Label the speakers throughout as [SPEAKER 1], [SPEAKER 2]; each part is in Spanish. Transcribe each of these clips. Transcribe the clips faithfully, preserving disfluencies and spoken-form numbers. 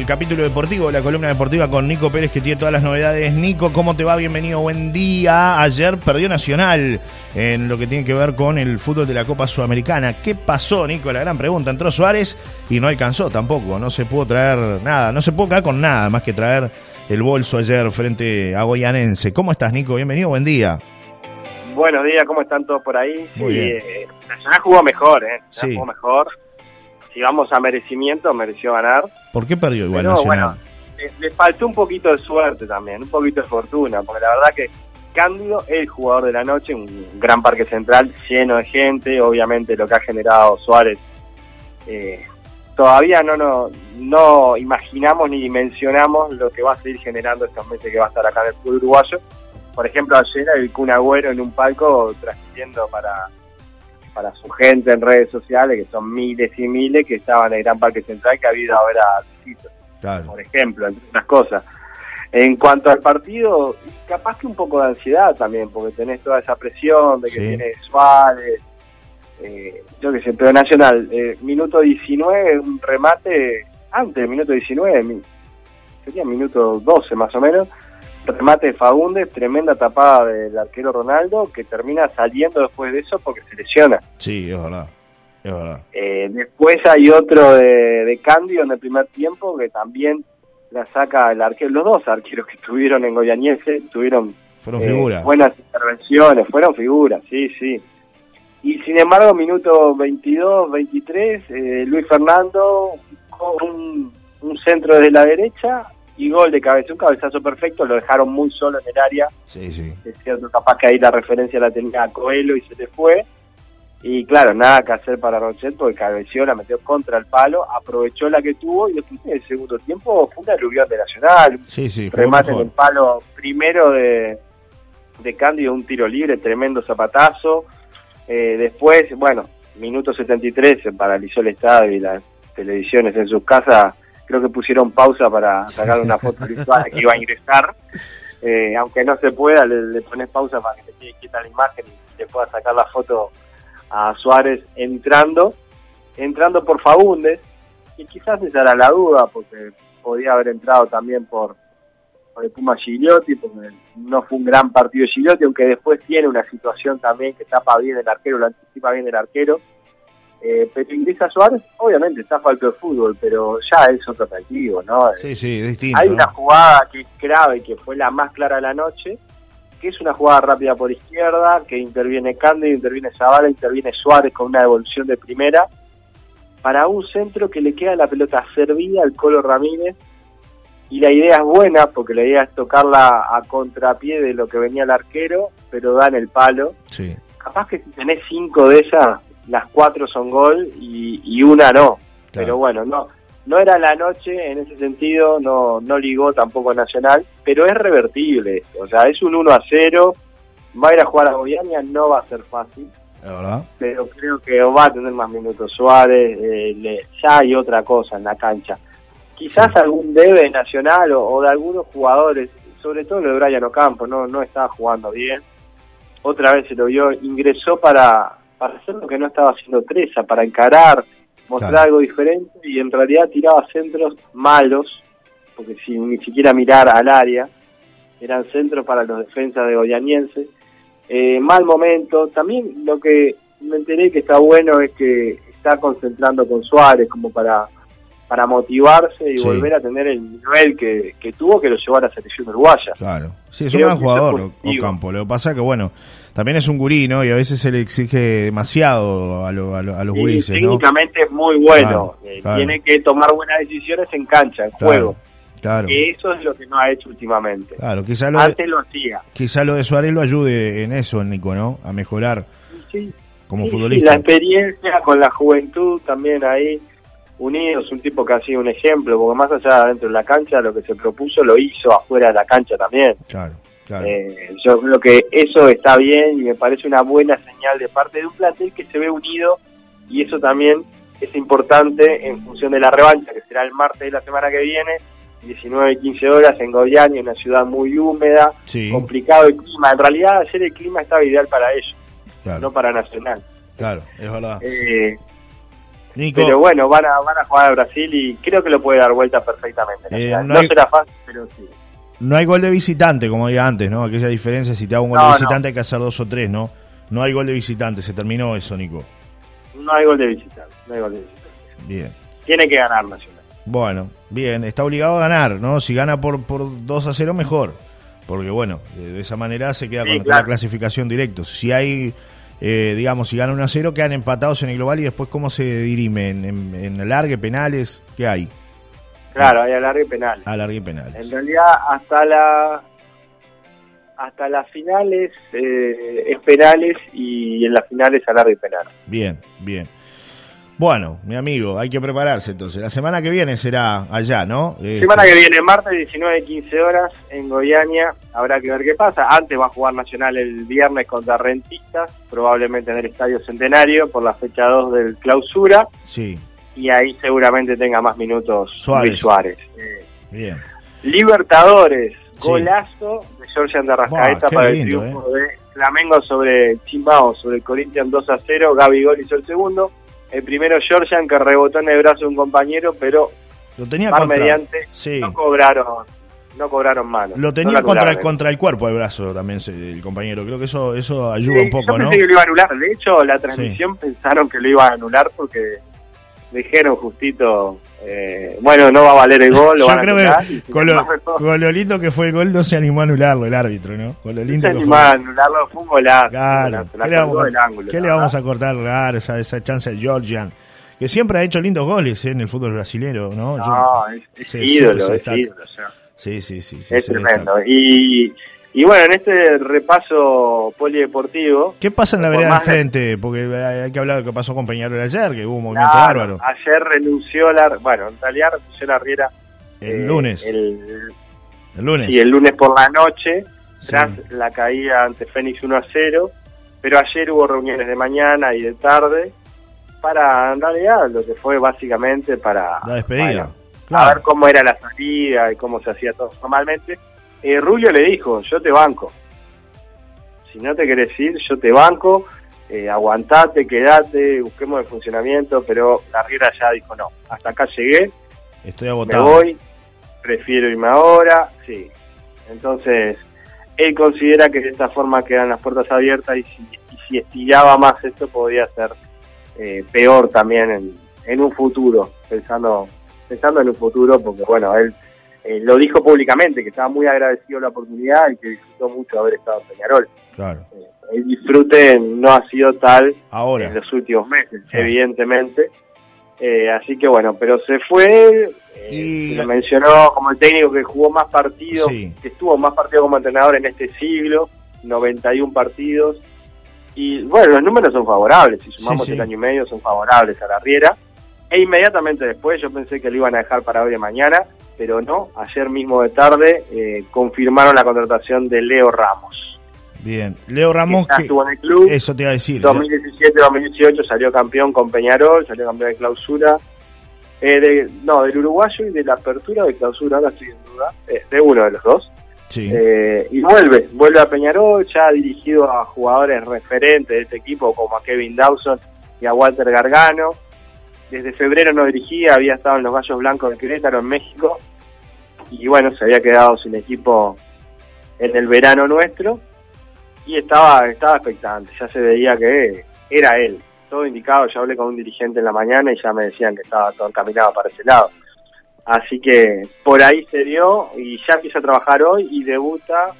[SPEAKER 1] capítulo deportivo, la columna deportiva con Nico Pérez, que tiene todas las novedades. Nico, ¿cómo te va? Bienvenido, buen día. Ayer perdió Nacional en lo que tiene que ver con el fútbol de la Copa Sudamericana. ¿Qué pasó, Nico? La gran pregunta. Entró Suárez y no alcanzó tampoco, no se pudo traer nada, no se pudo quedar con nada más que traer el bolso ayer frente a Goyanense. ¿Cómo estás, Nico? Bienvenido, buen día.
[SPEAKER 2] Buenos días, ¿cómo están todos por ahí?
[SPEAKER 1] Muy
[SPEAKER 2] sí,
[SPEAKER 1] bien.
[SPEAKER 2] Eh, Nacional jugó mejor, ¿eh? Nacional
[SPEAKER 1] Sí.
[SPEAKER 2] jugó mejor. Si vamos a merecimiento, mereció ganar.
[SPEAKER 1] ¿Por qué perdió igual
[SPEAKER 2] Pero
[SPEAKER 1] Nacional?
[SPEAKER 2] bueno, le, le faltó un poquito de suerte también, un poquito de fortuna, porque la verdad que Cándido es el jugador de la noche, un gran parque central lleno de gente, obviamente lo que ha generado Suárez. Eh, todavía no, no, no imaginamos ni dimensionamos lo que va a seguir generando estos meses que va a estar acá en el fútbol uruguayo. Por ejemplo, ayer el Kun Agüero en un palco transmitiendo para, para su gente en redes sociales, que son miles y miles, que estaban en el Gran Parque Central, que ha habido a ver a Luisito,
[SPEAKER 1] Claro.
[SPEAKER 2] por ejemplo, entre otras cosas. En cuanto al partido, capaz que un poco de ansiedad también, porque tenés toda esa presión de que
[SPEAKER 1] Sí.
[SPEAKER 2] tiene Suárez, eh, yo que sé, pero Nacional, eh, minuto diecinueve, un remate, antes del minuto diecinueve, mi- sería minuto doce más o menos, remate de Faúndez, tremenda tapada del arquero Ronaldo, que termina saliendo después de eso porque se lesiona.
[SPEAKER 1] Sí, es verdad, es verdad.
[SPEAKER 2] Eh, después hay otro de, de Cándido en el primer tiempo que también la saca el arquero. Los dos arqueros que estuvieron en Goyanense tuvieron
[SPEAKER 1] Fueron
[SPEAKER 2] eh,
[SPEAKER 1] figuras.
[SPEAKER 2] buenas intervenciones, fueron figuras, sí, sí. Y sin embargo, minuto veintidós, veintitrés, eh, Luis Fernando con un, un centro desde la derecha y gol de cabeza, un cabezazo perfecto, lo dejaron muy solo en el área.
[SPEAKER 1] Sí, sí.
[SPEAKER 2] Es cierto, capaz que ahí la referencia la tenía a Coelho y se le fue. Y claro, nada que hacer para Rochet porque cabeció, la metió contra el palo, aprovechó la que tuvo y después en el segundo tiempo fue una aluvión de Nacional.
[SPEAKER 1] Sí, sí, jugó
[SPEAKER 2] Remate en
[SPEAKER 1] mejor.
[SPEAKER 2] el palo primero de, de Cándido, un tiro libre, tremendo zapatazo. Eh, después, bueno, minuto setenta y tres se paralizó el estadio y las televisiones en sus casas creo que pusieron pausa para sacar una foto virtual que iba a ingresar. Eh, aunque no se pueda, le, le pones pausa para que te quede quieta la imagen y te pueda sacar la foto a Suárez entrando, entrando por Faúndez, y quizás esa era la duda, porque podía haber entrado también por, por el Puma Gigliotti, porque no fue un gran partido de Gigliotti, aunque después tiene una situación también que tapa bien el arquero, lo anticipa bien el arquero. Eh, pero ingresa Suárez, obviamente está falto de fútbol, pero ya es otro atractivo, ¿no?
[SPEAKER 1] Sí, sí, distinto.
[SPEAKER 2] Hay
[SPEAKER 1] ¿no?
[SPEAKER 2] una jugada que es clave, que fue la más clara de la noche, que es una jugada rápida por izquierda, que interviene Cándido, interviene Zavala, interviene Suárez con una devolución de primera, para un centro que le queda la pelota servida al Colo Ramírez, y la idea es buena, porque la idea es tocarla a contrapié de lo que venía el arquero, pero da en el palo.
[SPEAKER 1] Sí.
[SPEAKER 2] Capaz que si tenés cinco de esas, las cuatro son gol y, y una no.
[SPEAKER 1] Claro.
[SPEAKER 2] Pero bueno, no no era la noche en ese sentido, no no ligó tampoco Nacional, pero es revertible esto. O sea, es un uno a cero, va a ir a jugar a Goiânia, no va a ser fácil,
[SPEAKER 1] Es verdad.
[SPEAKER 2] pero creo que va a tener más minutos Suárez, eh, le, ya hay otra cosa en la cancha. Quizás
[SPEAKER 1] Sí.
[SPEAKER 2] algún debe Nacional o, o de algunos jugadores, sobre todo lo de Brian Ocampo, no no estaba jugando bien. Otra vez se lo vio, ingresó para, para hacer lo que no estaba haciendo Treza, para encarar, mostrar
[SPEAKER 1] Claro.
[SPEAKER 2] algo diferente, y en realidad tiraba centros malos, porque sin ni siquiera mirar al área, eran centros para los defensas de Goianiense. Eh, mal momento, también lo que me enteré que está bueno es que está concentrando con Suárez como para para motivarse y
[SPEAKER 1] Sí.
[SPEAKER 2] volver a tener el nivel que, que tuvo, que lo llevó a la selección uruguaya.
[SPEAKER 1] Claro. Sí, es un
[SPEAKER 2] Creo
[SPEAKER 1] gran
[SPEAKER 2] que eso es
[SPEAKER 1] jugador,
[SPEAKER 2] positivo.
[SPEAKER 1] Ocampo. Lo que pasa es que, bueno, también es un gurí, ¿no? Y a veces se le exige demasiado a, lo- a, lo- a los
[SPEAKER 2] Y
[SPEAKER 1] gurises, ¿no?
[SPEAKER 2] técnicamente es muy bueno,
[SPEAKER 1] Claro,
[SPEAKER 2] eh,
[SPEAKER 1] claro.
[SPEAKER 2] tiene que tomar buenas decisiones en cancha, en
[SPEAKER 1] Claro,
[SPEAKER 2] juego,
[SPEAKER 1] claro.
[SPEAKER 2] que eso es lo que no ha hecho últimamente.
[SPEAKER 1] Claro, quizá lo, de,
[SPEAKER 2] Antes lo hacía.
[SPEAKER 1] quizá lo de Suárez lo ayude en eso, Nico, ¿no? A mejorar
[SPEAKER 2] Sí,
[SPEAKER 1] como
[SPEAKER 2] sí, sí,
[SPEAKER 1] futbolista.
[SPEAKER 2] la experiencia con la juventud también ahí, unidos, un tipo que ha sido un ejemplo, porque más allá dentro de la cancha, lo que se propuso lo hizo afuera de la cancha también.
[SPEAKER 1] Claro, claro.
[SPEAKER 2] Eh, yo creo que eso está bien y me parece una buena señal de parte de un plantel que se ve unido, y eso también es importante en función de la revancha, que será el martes de la semana que viene, diecinueve y quince horas en Goiânia, una ciudad muy húmeda,
[SPEAKER 1] Sí,
[SPEAKER 2] complicado el clima. En realidad ayer el clima estaba ideal para ellos,
[SPEAKER 1] claro,
[SPEAKER 2] no para Nacional.
[SPEAKER 1] claro, es verdad.
[SPEAKER 2] Eh,
[SPEAKER 1] Nico,
[SPEAKER 2] pero bueno, van a, van a jugar a Brasil y creo que lo puede dar vuelta perfectamente.
[SPEAKER 1] Eh,
[SPEAKER 2] no
[SPEAKER 1] no hay-
[SPEAKER 2] será fácil, pero sí.
[SPEAKER 1] no hay gol de visitante, como diga antes, ¿no? Aquella diferencia, si te hago un gol
[SPEAKER 2] No,
[SPEAKER 1] de
[SPEAKER 2] no.
[SPEAKER 1] visitante hay que hacer dos o tres, ¿no? No hay gol de visitante, se terminó eso, Nico.
[SPEAKER 2] No hay gol de visitante, no hay gol de visitante.
[SPEAKER 1] Bien.
[SPEAKER 2] Tiene que ganar Nacional.
[SPEAKER 1] Bueno, bien, está obligado a ganar, ¿no? Si gana por, por dos a cero, mejor. Porque bueno, de, de esa manera se queda
[SPEAKER 2] Sí,
[SPEAKER 1] con, con
[SPEAKER 2] claro.
[SPEAKER 1] la clasificación directo. Si hay, eh, digamos, si gana uno a cero, quedan empatados en el global y después, ¿cómo se dirime? ¿En, en, en alargue, penales? ¿Qué hay?
[SPEAKER 2] Claro, hay alargue penal.
[SPEAKER 1] Alargue y penales.
[SPEAKER 2] En realidad, hasta la hasta las finales eh, es penales y en las finales alargue penal.
[SPEAKER 1] Bien, bien. Bueno, mi amigo, hay que prepararse entonces. La semana que viene será allá, ¿no? Este,
[SPEAKER 2] Semana que viene, martes, diecinueve quince horas, en Goiânia. Habrá que ver qué pasa. Antes va a jugar Nacional el viernes contra Rentistas, probablemente en el Estadio Centenario, por la fecha dos del clausura.
[SPEAKER 1] Sí,
[SPEAKER 2] Y ahí seguramente tenga más minutos
[SPEAKER 1] Suárez.
[SPEAKER 2] Luis Suárez. Eh,
[SPEAKER 1] bien.
[SPEAKER 2] Libertadores,
[SPEAKER 1] Sí.
[SPEAKER 2] golazo de Georgian de Arrascaeta
[SPEAKER 1] Buah, qué
[SPEAKER 2] para
[SPEAKER 1] lindo,
[SPEAKER 2] el triunfo de Flamengo sobre Chimbao, sobre el Corinthians dos a cero. Gaby Gol hizo el segundo. El primero Georgian, que rebotó en el brazo de un compañero, pero
[SPEAKER 1] Lo tenía
[SPEAKER 2] par
[SPEAKER 1] contra...
[SPEAKER 2] mediante
[SPEAKER 1] Sí.
[SPEAKER 2] no cobraron no cobraron mano.
[SPEAKER 1] Lo
[SPEAKER 2] No
[SPEAKER 1] tenía
[SPEAKER 2] la
[SPEAKER 1] contra, el,
[SPEAKER 2] anularon.
[SPEAKER 1] contra el cuerpo el brazo también se- el compañero. Creo que eso eso ayuda
[SPEAKER 2] Sí,
[SPEAKER 1] un poco,
[SPEAKER 2] yo
[SPEAKER 1] ¿no?
[SPEAKER 2] pensé que lo iba a anular. De hecho, la transmisión pensaron que lo iban a anular porque dijeron justito, eh, bueno, no va a valer el gol, lo
[SPEAKER 1] Yo
[SPEAKER 2] van a
[SPEAKER 1] creo
[SPEAKER 2] anular.
[SPEAKER 1] que
[SPEAKER 2] Y sin
[SPEAKER 1] con lo,
[SPEAKER 2] embargo,
[SPEAKER 1] con lo lindo que fue el gol no se animó a anularlo el árbitro, ¿no? Con lo
[SPEAKER 2] se
[SPEAKER 1] lindo que
[SPEAKER 2] animó a
[SPEAKER 1] fue.
[SPEAKER 2] anularlo, fue un golazo.
[SPEAKER 1] Claro.
[SPEAKER 2] Se la
[SPEAKER 1] ¿Qué le
[SPEAKER 2] colgó
[SPEAKER 1] vamos,
[SPEAKER 2] del
[SPEAKER 1] a,
[SPEAKER 2] ángulo,
[SPEAKER 1] qué
[SPEAKER 2] la
[SPEAKER 1] le vamos
[SPEAKER 2] verdad.
[SPEAKER 1] a cortar claro, esa, esa chance de Georgian? Que siempre ha hecho lindos goles, ¿eh? En el fútbol brasilero, ¿no? Yo-
[SPEAKER 2] No, es, es
[SPEAKER 1] sí,
[SPEAKER 2] ídolo,
[SPEAKER 1] siempre se
[SPEAKER 2] es
[SPEAKER 1] destaca.
[SPEAKER 2] ídolo. O sea,
[SPEAKER 1] Sí, sí, sí. sí
[SPEAKER 2] es
[SPEAKER 1] se
[SPEAKER 2] tremendo.
[SPEAKER 1] destaca.
[SPEAKER 2] Y, y bueno, en este repaso polideportivo,
[SPEAKER 1] ¿Qué pasa en la
[SPEAKER 2] por
[SPEAKER 1] vereda
[SPEAKER 2] más de-
[SPEAKER 1] enfrente? Porque hay hay que hablar de lo que pasó con Peñarol ayer, que hubo un movimiento
[SPEAKER 2] claro,
[SPEAKER 1] bárbaro.
[SPEAKER 2] ayer renunció la, bueno, en realidad renunció la Riera
[SPEAKER 1] El
[SPEAKER 2] eh,
[SPEAKER 1] lunes.
[SPEAKER 2] el,
[SPEAKER 1] El lunes.
[SPEAKER 2] sí, el lunes por la noche,
[SPEAKER 1] Sí.
[SPEAKER 2] tras la caída ante Fénix uno a cero, pero ayer hubo reuniones de mañana y de tarde para, en realidad, lo que fue básicamente para
[SPEAKER 1] La despedida.
[SPEAKER 2] bueno,
[SPEAKER 1] Claro.
[SPEAKER 2] a ver cómo era la salida y cómo se hacía todo normalmente. Eh, Rubio le dijo, yo te banco. Si no te querés ir, yo te banco, eh, aguantate, quedate, busquemos el funcionamiento, pero la Riera ya dijo, no, hasta acá llegué,
[SPEAKER 1] Estoy
[SPEAKER 2] me
[SPEAKER 1] agotado.
[SPEAKER 2] voy, prefiero irme ahora, sí. Entonces, él considera que de esta forma quedan las puertas abiertas y si, y si estiraba más esto podría ser eh, peor también en, en un futuro, pensando pensando en un futuro, porque bueno, él eh, lo dijo públicamente, que estaba muy agradecido de la oportunidad y que disfrutó mucho haber estado en Peñarol.
[SPEAKER 1] Claro.
[SPEAKER 2] Eh, el disfrute no ha sido tal
[SPEAKER 1] Ahora.
[SPEAKER 2] en los últimos meses,
[SPEAKER 1] Claro.
[SPEAKER 2] evidentemente. Eh, así que bueno, pero se fue, eh,
[SPEAKER 1] Y-
[SPEAKER 2] se lo mencionó como el técnico que jugó más partidos,
[SPEAKER 1] Sí.
[SPEAKER 2] que estuvo más partidos como entrenador en este siglo, noventa y uno partidos. Y bueno, los números son favorables, si sumamos
[SPEAKER 1] Sí, sí.
[SPEAKER 2] el año y medio son favorables a la Riera. E inmediatamente después yo pensé que lo iban a dejar para hoy de mañana, pero no, ayer mismo de tarde eh, confirmaron la contratación de Leo Ramos.
[SPEAKER 1] Bien. Leo Ramos,
[SPEAKER 2] que ya
[SPEAKER 1] que,
[SPEAKER 2] estuvo en el club.
[SPEAKER 1] eso te iba a decir.
[SPEAKER 2] dos mil diecisiete dos mil dieciocho salió campeón con Peñarol, salió campeón de clausura. Eh, de, no, del uruguayo y de la apertura de clausura, ahora estoy en duda, eh, de uno de los dos.
[SPEAKER 1] Sí.
[SPEAKER 2] Eh, y vuelve, vuelve a Peñarol, ya ha dirigido a jugadores referentes de este equipo como a Kevin Dawson y a Walter Gargano. Desde febrero no dirigía, había estado en los Gallos Blancos de Querétaro, en México. Y bueno, se había quedado sin equipo en el verano nuestro. Y estaba estaba expectante, ya se veía que era él. Todo indicado, ya hablé con un dirigente en la mañana y ya me decían que estaba todo encaminado para ese lado. Así que por ahí se dio y ya empieza a trabajar hoy y debuta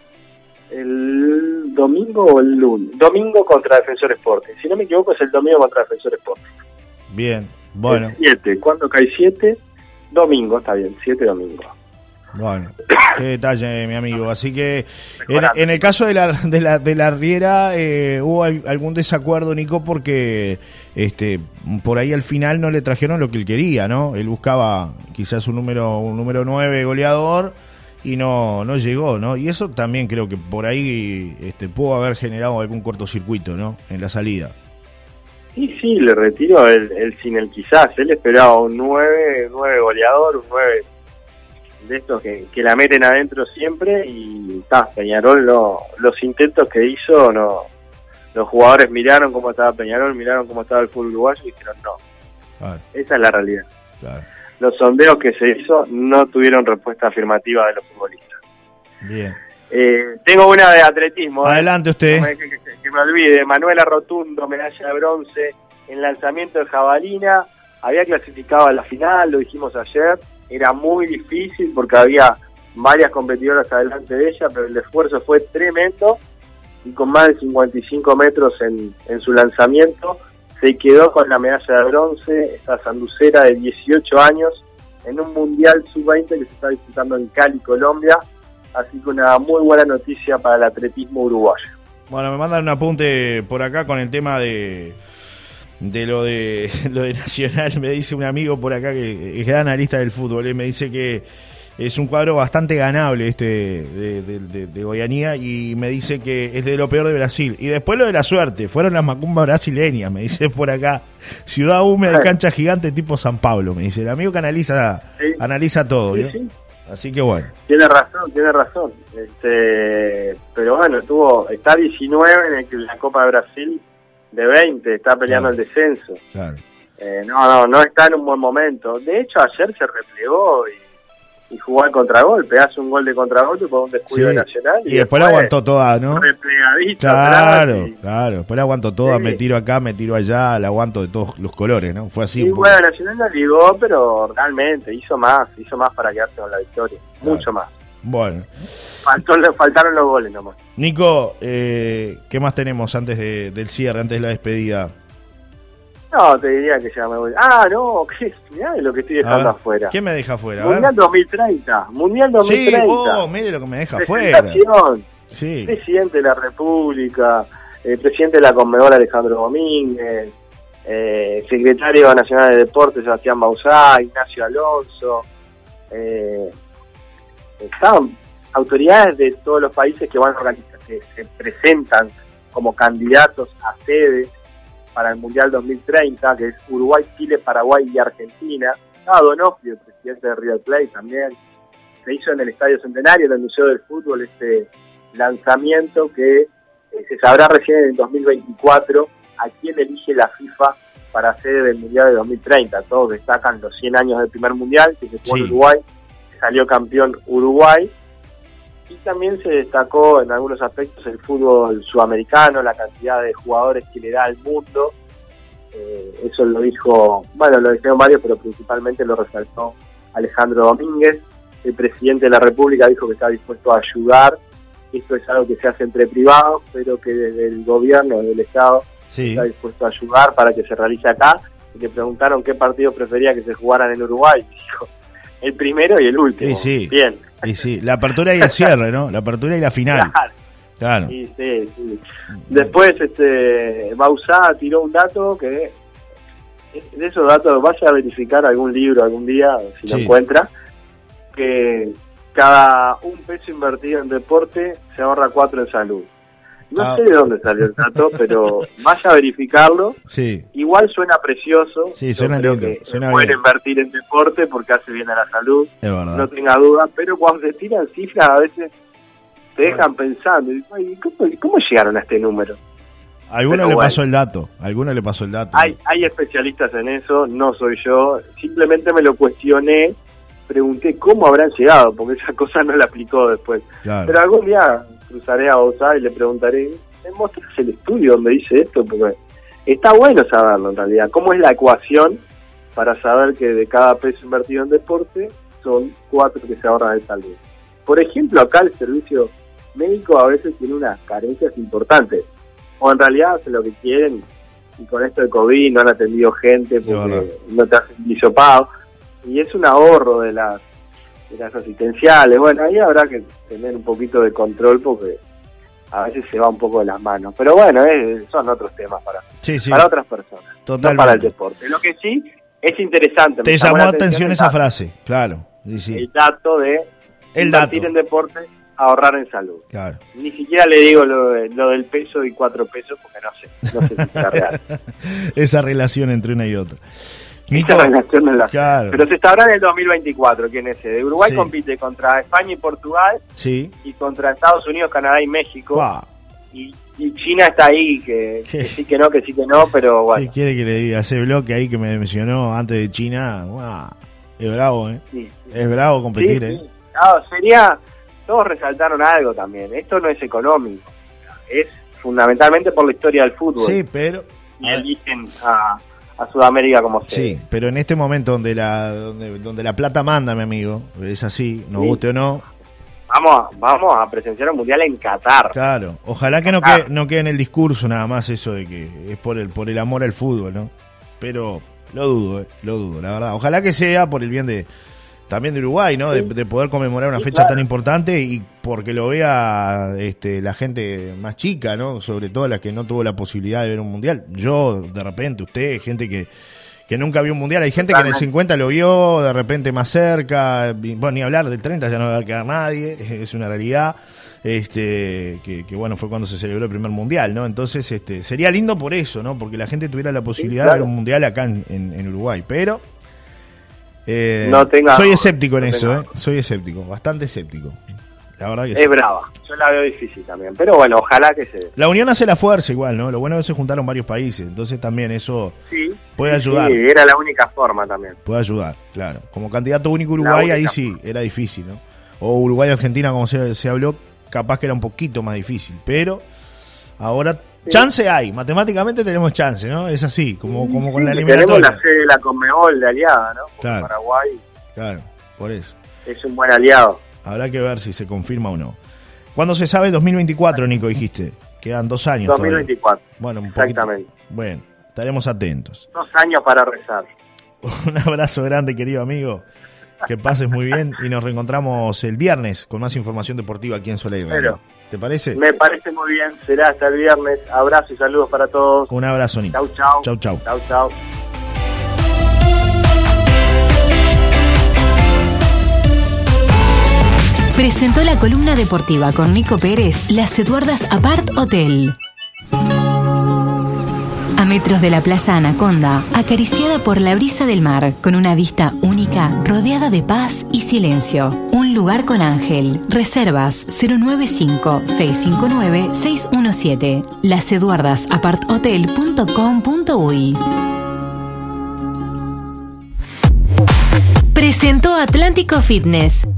[SPEAKER 2] el domingo o el lunes. Domingo contra Defensor Sporting. Si no me equivoco es el domingo contra Defensor Sporting.
[SPEAKER 1] Bien. Bueno.
[SPEAKER 2] El siete. ¿Cuándo cae siete? Domingo, está bien, siete domingo.
[SPEAKER 1] Bueno, qué detalle, mi amigo. Así que en, en el caso de la de la, de la Riera eh, hubo al- algún desacuerdo, Nico, porque este por ahí al final no le trajeron lo que él quería, ¿no? Él buscaba quizás un número un número nueve goleador y no no llegó, ¿no? Y eso también creo que por ahí este pudo haber generado algún cortocircuito, ¿no? En la salida.
[SPEAKER 2] Y sí, le retiro el, el sin el quizás. Él esperaba un nueve, nueve goleador, un nueve de estos que, que la meten adentro siempre y ta, Peñarol no, los intentos que hizo, no los jugadores miraron cómo estaba Peñarol, miraron cómo estaba el fútbol uruguayo y dijeron no,
[SPEAKER 1] Claro.
[SPEAKER 2] Esa es la realidad.
[SPEAKER 1] Claro.
[SPEAKER 2] Los sondeos que se hizo no tuvieron respuesta afirmativa de los futbolistas.
[SPEAKER 1] Bien.
[SPEAKER 2] Eh, tengo una de atletismo.
[SPEAKER 1] Adelante
[SPEAKER 2] ¿eh?
[SPEAKER 1] usted.
[SPEAKER 2] No me, que, que, que me olvide. Manuela Rotundo, medalla de bronce en lanzamiento de jabalina. Había clasificado a la final, lo dijimos ayer. Era muy difícil porque había varias competidoras adelante de ella, pero el esfuerzo fue tremendo. Y con más de cincuenta y cinco metros en, en su lanzamiento, se quedó con la medalla de bronce, esta sanducera de dieciocho años, en un Mundial sub veinte que se está disputando en Cali, Colombia. Así que una muy buena noticia para el atletismo uruguayo.
[SPEAKER 1] Bueno, me mandan un apunte por acá con el tema de de lo de lo de Nacional. Me dice un amigo por acá que es analista del fútbol, ¿eh? Me dice que es un cuadro bastante ganable este de, de, de, de Goianía, y me dice que es de lo peor de Brasil. Y después lo de la suerte, fueron las macumbas brasileñas, me dice por acá. Ciudad húmeda de cancha gigante tipo San Pablo, me dice. El amigo que analiza, sí. analiza todo, ¿no? Sí, sí. Así que bueno.
[SPEAKER 2] Tiene razón, tiene razón. Este, pero bueno, estuvo, está diecinueve en la Copa de Brasil de veinte, está peleando claro. el descenso.
[SPEAKER 1] Claro.
[SPEAKER 2] Eh, no, no, no está en un buen momento. De hecho, ayer se replegó y, y jugó al contragolpe, hace un gol de contragolpe por un descuido
[SPEAKER 1] sí.
[SPEAKER 2] Nacional.
[SPEAKER 1] Y, y después la aguantó toda, ¿no?
[SPEAKER 2] Replegadito.
[SPEAKER 1] Claro,
[SPEAKER 2] y...
[SPEAKER 1] claro. Después la aguantó toda, sí. me tiro acá, me tiro allá, la aguanto de todos los colores, ¿no? Fue así.
[SPEAKER 2] Y bueno, Nacional la ligó, pero realmente hizo más, hizo más para quedarse con la victoria. Claro. Mucho más.
[SPEAKER 1] Bueno.
[SPEAKER 2] Faltó, faltaron los goles nomás.
[SPEAKER 1] Nico, eh, ¿qué más tenemos antes de, del cierre, antes de la despedida?
[SPEAKER 2] No, te diría que ya me voy. Ah, no, ¿qué? Mirá lo que estoy dejando afuera.
[SPEAKER 1] ¿Qué me deja afuera?
[SPEAKER 2] Mundial dos mil treinta. Mundial dos mil treinta.
[SPEAKER 1] Sí, oh, mire lo que me deja afuera. Sí.
[SPEAKER 2] Presidente de la República, eh, presidente de la Conmebol Alejandro Domínguez, eh, secretario nacional de Deportes Sebastián Bauzá, Ignacio Alonso. Eh, estaban autoridades de todos los países que van a organizar, que se presentan como candidatos a sede para el Mundial dos mil treinta, que es Uruguay, Chile, Paraguay y Argentina. Ah, Donofrio, el presidente de River Plate también. Se hizo en el Estadio Centenario, en el Museo del Fútbol, este lanzamiento que eh, se sabrá recién en el dos mil veinticuatro a quién elige la FIFA para sede del Mundial de dos mil treinta. Todos destacan los cien años del primer Mundial, que se jugó en Uruguay, salió campeón Uruguay. Y también se destacó en algunos aspectos el fútbol sudamericano, la cantidad de jugadores que le da al mundo. Eh, eso lo dijo, bueno, lo dijeron varios, pero principalmente lo resaltó Alejandro Domínguez. El presidente de la República dijo que está dispuesto a ayudar. Esto es algo que se hace entre privados, pero que desde el gobierno, desde el Estado, sí. está dispuesto a ayudar para que se realice acá. Y le preguntaron qué partido prefería que se jugaran en Uruguay. Y dijo, el primero y el último.
[SPEAKER 1] Sí, sí.
[SPEAKER 2] Bien.
[SPEAKER 1] Y sí, la apertura y el cierre, ¿no? La apertura y la final.
[SPEAKER 2] Claro.
[SPEAKER 1] Claro.
[SPEAKER 2] Sí, sí, sí. Después, este, Bauzá tiró un dato que, de esos datos, vaya a verificar algún libro algún día, si sí. lo encuentra, que cada un peso invertido en deporte se ahorra cuatro en salud. No ah. sé de dónde salió el dato, pero vaya a verificarlo.
[SPEAKER 1] Sí.
[SPEAKER 2] Igual suena precioso.
[SPEAKER 1] Sí, suena
[SPEAKER 2] Yo creo
[SPEAKER 1] lindo.
[SPEAKER 2] Que
[SPEAKER 1] suena
[SPEAKER 2] pueden
[SPEAKER 1] bien.
[SPEAKER 2] invertir en deporte porque hace bien a la salud.
[SPEAKER 1] Es verdad.
[SPEAKER 2] No tenga duda. Pero cuando se tiran cifras, a veces te dejan bueno. pensando. ¿Cómo, ¿Cómo llegaron a este número?
[SPEAKER 1] A alguno pero le bueno. pasó el dato. A alguno le pasó el dato.
[SPEAKER 2] Hay, hay especialistas en eso. No soy yo. Simplemente me lo cuestioné. Pregunté cómo habrán llegado, porque esa cosa no la aplicó después.
[SPEAKER 1] Claro.
[SPEAKER 2] Pero algún día cruzaré a Bauzá y le preguntaré, ¿me mostras el estudio donde dice esto? Porque está bueno saberlo en realidad. ¿Cómo es la ecuación para saber que de cada peso invertido en deporte son cuatro que se ahorran de salud? Por ejemplo, acá el servicio médico a veces tiene unas carencias importantes. O en realidad hacen lo que quieren y con esto de COVID no han atendido gente porque no te hacen hisopado. Y es un ahorro de las, de las asistenciales. Bueno, ahí habrá que tener un poquito de control porque a veces se va un poco de las manos. Pero bueno, es, son otros temas para,
[SPEAKER 1] sí, sí.
[SPEAKER 2] para otras personas,
[SPEAKER 1] Totalmente.
[SPEAKER 2] no para el deporte. Lo que sí es interesante.
[SPEAKER 1] Te llamó la atención esa frase, claro. Sí, sí.
[SPEAKER 2] El dato de
[SPEAKER 1] el
[SPEAKER 2] invertir
[SPEAKER 1] dato.
[SPEAKER 2] en deporte, ahorrar en salud.
[SPEAKER 1] Claro.
[SPEAKER 2] Ni siquiera le digo lo, de, lo del peso y cuatro pesos porque no sé, no sé si será real.
[SPEAKER 1] Esa relación entre una y otra.
[SPEAKER 2] Nico, esa relación no la
[SPEAKER 1] claro.
[SPEAKER 2] Pero se sabrá en el dos mil veinticuatro quién es ese. Uruguay sí. compite contra España y Portugal
[SPEAKER 1] sí.
[SPEAKER 2] y contra Estados Unidos, Canadá y México.
[SPEAKER 1] Wow.
[SPEAKER 2] Y, y China está ahí, que, que sí que no, que sí que no, pero bueno.
[SPEAKER 1] ¿Qué quiere que le diga? Ese bloque ahí que me mencionó antes de China, wow, es bravo, ¿eh? Sí, sí. Es bravo competir, sí, ¿eh? Sí.
[SPEAKER 2] No, sería, todos resaltaron algo también, esto no es económico, es fundamentalmente por la historia del fútbol.
[SPEAKER 1] Sí, pero...
[SPEAKER 2] Y eligen a, a Sudamérica como sea.
[SPEAKER 1] Sí, pero en este momento donde la donde, donde la plata manda, mi amigo, es así, nos sí. guste o no.
[SPEAKER 2] Vamos a, vamos a presenciar un mundial en Qatar.
[SPEAKER 1] Claro, ojalá que no quede, no quede en el discurso nada más eso de que es por el por el amor al fútbol, ¿no? Pero lo dudo, eh, lo dudo, la verdad. Ojalá que sea por el bien de también de Uruguay, ¿no? Sí. De, de poder conmemorar una sí, fecha claro. tan importante y porque lo vea este, la gente más chica, ¿no? Sobre todo la que no tuvo la posibilidad de ver un mundial. Yo, de repente, usted, gente que que nunca vio un mundial. Hay gente que en el cincuenta lo vio, de repente más cerca. Bueno, ni hablar del treinta, ya no va a quedar nadie, es una realidad. Este que, que bueno, fue cuando se celebró el primer mundial, ¿no? Entonces, este sería lindo por eso, ¿no? Porque la gente tuviera la posibilidad sí, claro. de ver un mundial acá en, en, en Uruguay. Pero eh, no tenga, soy escéptico en no eso, ¿eh? Soy escéptico, bastante escéptico. La verdad que
[SPEAKER 2] es
[SPEAKER 1] sí.
[SPEAKER 2] brava, yo la veo difícil también, pero bueno, ojalá que se...
[SPEAKER 1] La unión hace la fuerza igual, ¿no? Lo bueno es que se juntaron varios países, entonces también eso
[SPEAKER 2] sí,
[SPEAKER 1] puede ayudar.
[SPEAKER 2] Sí, era la única forma también.
[SPEAKER 1] Puede ayudar, claro. Como candidato único Uruguay, ahí sí, era difícil, ¿no? O Uruguay-Argentina, como se, se habló, capaz que era un poquito más difícil, pero ahora sí. chance hay, matemáticamente tenemos chance, ¿no? Es así, como, como
[SPEAKER 2] sí,
[SPEAKER 1] con la eliminatoria.
[SPEAKER 2] Tenemos la sede de la Conmebol de aliada, ¿no? Como
[SPEAKER 1] claro.
[SPEAKER 2] Paraguay.
[SPEAKER 1] Claro, por eso.
[SPEAKER 2] Es un buen aliado.
[SPEAKER 1] Habrá que ver si se confirma o no. ¿Cuándo se sabe? dos mil veinticuatro, Nico, dijiste. Quedan dos años
[SPEAKER 2] dos mil veinticuatro.
[SPEAKER 1] Todavía. Bueno, un
[SPEAKER 2] exactamente.
[SPEAKER 1] Poquito. Bueno, estaremos atentos.
[SPEAKER 2] Dos años para rezar.
[SPEAKER 1] Un abrazo grande, querido amigo. Que pases muy bien y nos reencontramos el viernes con más información deportiva aquí en Soleil Radio. ¿Te parece?
[SPEAKER 2] Me parece muy bien. Será hasta el viernes. Abrazo y saludos para todos.
[SPEAKER 1] Un abrazo, Nico.
[SPEAKER 2] Chau, chau.
[SPEAKER 1] Chau, chau.
[SPEAKER 2] Chau, chau.
[SPEAKER 3] Presentó la columna deportiva con Nico Pérez, Las Eduardas Apart Hotel. A metros de la playa Anaconda, acariciada por la brisa del mar, con una vista única, rodeada de paz y silencio. Un lugar con ángel. Reservas cero nueve cinco, seis cinco nueve, seis uno siete. las eduardas apart hotel punto com punto uy. Presentó Atlántico Fitness.